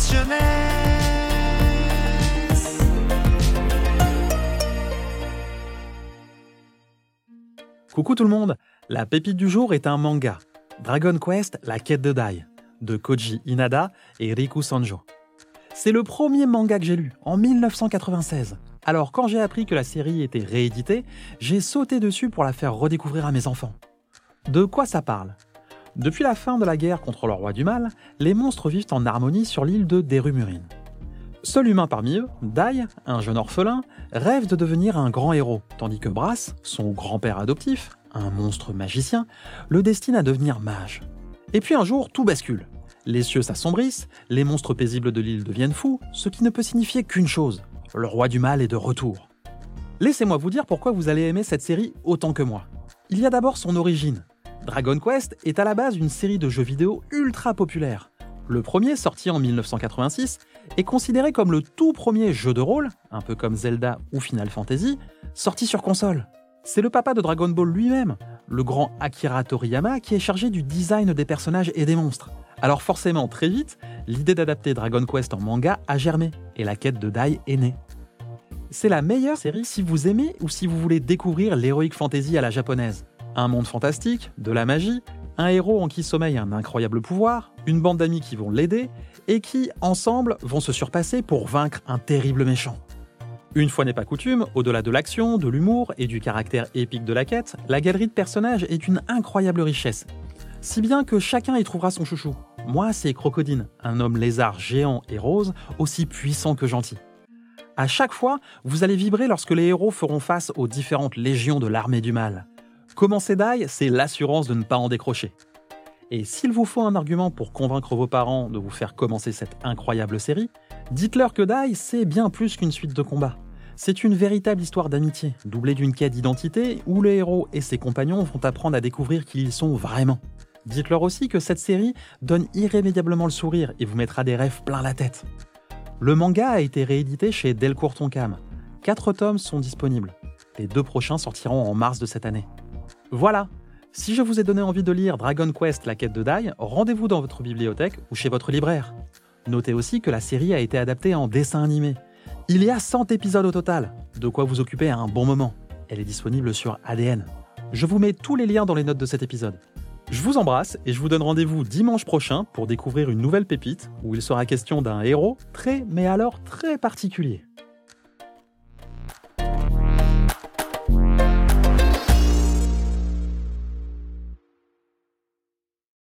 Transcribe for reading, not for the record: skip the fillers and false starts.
jeunesse. Coucou tout le monde, la pépite du jour est un manga, Dragon Quest, la quête de Dai, de Koji Inada et Riku Sanjo. C'est le premier manga que j'ai lu, en 1996. Alors quand j'ai appris que la série était rééditée, j'ai sauté dessus pour la faire redécouvrir à mes enfants. De quoi ça parle ? Depuis la fin de la guerre contre le roi du mal, les monstres vivent en harmonie sur l'île de Derumurine. Seul humain parmi eux, Dai, un jeune orphelin, rêve de devenir un grand héros, tandis que Brass, son grand-père adoptif, un monstre magicien, le destine à devenir mage. Et puis un jour, tout bascule. Les cieux s'assombrissent, les monstres paisibles de l'île deviennent fous, ce qui ne peut signifier qu'une chose, le roi du mal est de retour. Laissez-moi vous dire pourquoi vous allez aimer cette série autant que moi. Il y a d'abord son origine. Dragon Quest est à la base une série de jeux vidéo ultra populaire. Le premier, sorti en 1986, est considéré comme le tout premier jeu de rôle, un peu comme Zelda ou Final Fantasy, sorti sur console. C'est le papa de Dragon Ball lui-même, le grand Akira Toriyama, qui est chargé du design des personnages et des monstres. Alors forcément, très vite, l'idée d'adapter Dragon Quest en manga a germé, et la quête de Dai est née. C'est la meilleure série si vous aimez ou si vous voulez découvrir l'heroic fantasy à la japonaise. Un monde fantastique, de la magie, un héros en qui sommeille un incroyable pouvoir, une bande d'amis qui vont l'aider, et qui, ensemble, vont se surpasser pour vaincre un terrible méchant. Une fois n'est pas coutume, au-delà de l'action, de l'humour et du caractère épique de la quête, la galerie de personnages est une incroyable richesse. Si bien que chacun y trouvera son chouchou. Moi, c'est Crocodine, un homme lézard géant et rose, aussi puissant que gentil. À chaque fois, vous allez vibrer lorsque les héros feront face aux différentes légions de l'armée du mal. Commencer Dai, c'est l'assurance de ne pas en décrocher. Et s'il vous faut un argument pour convaincre vos parents de vous faire commencer cette incroyable série, dites-leur que Dai, c'est bien plus qu'une suite de combats. C'est une véritable histoire d'amitié, doublée d'une quête d'identité où le héros et ses compagnons vont apprendre à découvrir qui ils sont vraiment. Dites-leur aussi que cette série donne irrémédiablement le sourire et vous mettra des rêves plein la tête. Le manga a été réédité chez Delcourt Tonkam. 4 tomes sont disponibles. Les 2 prochains sortiront en mars de cette année. Voilà, si je vous ai donné envie de lire Dragon Quest, la quête de Dai, rendez-vous dans votre bibliothèque ou chez votre libraire. Notez aussi que la série a été adaptée en dessin animé. Il y a 100 épisodes au total, de quoi vous occuper à un bon moment. Elle est disponible sur ADN. Je vous mets tous les liens dans les notes de cet épisode. Je vous embrasse et je vous donne rendez-vous dimanche prochain pour découvrir une nouvelle pépite où il sera question d'un héros très, mais alors très particulier.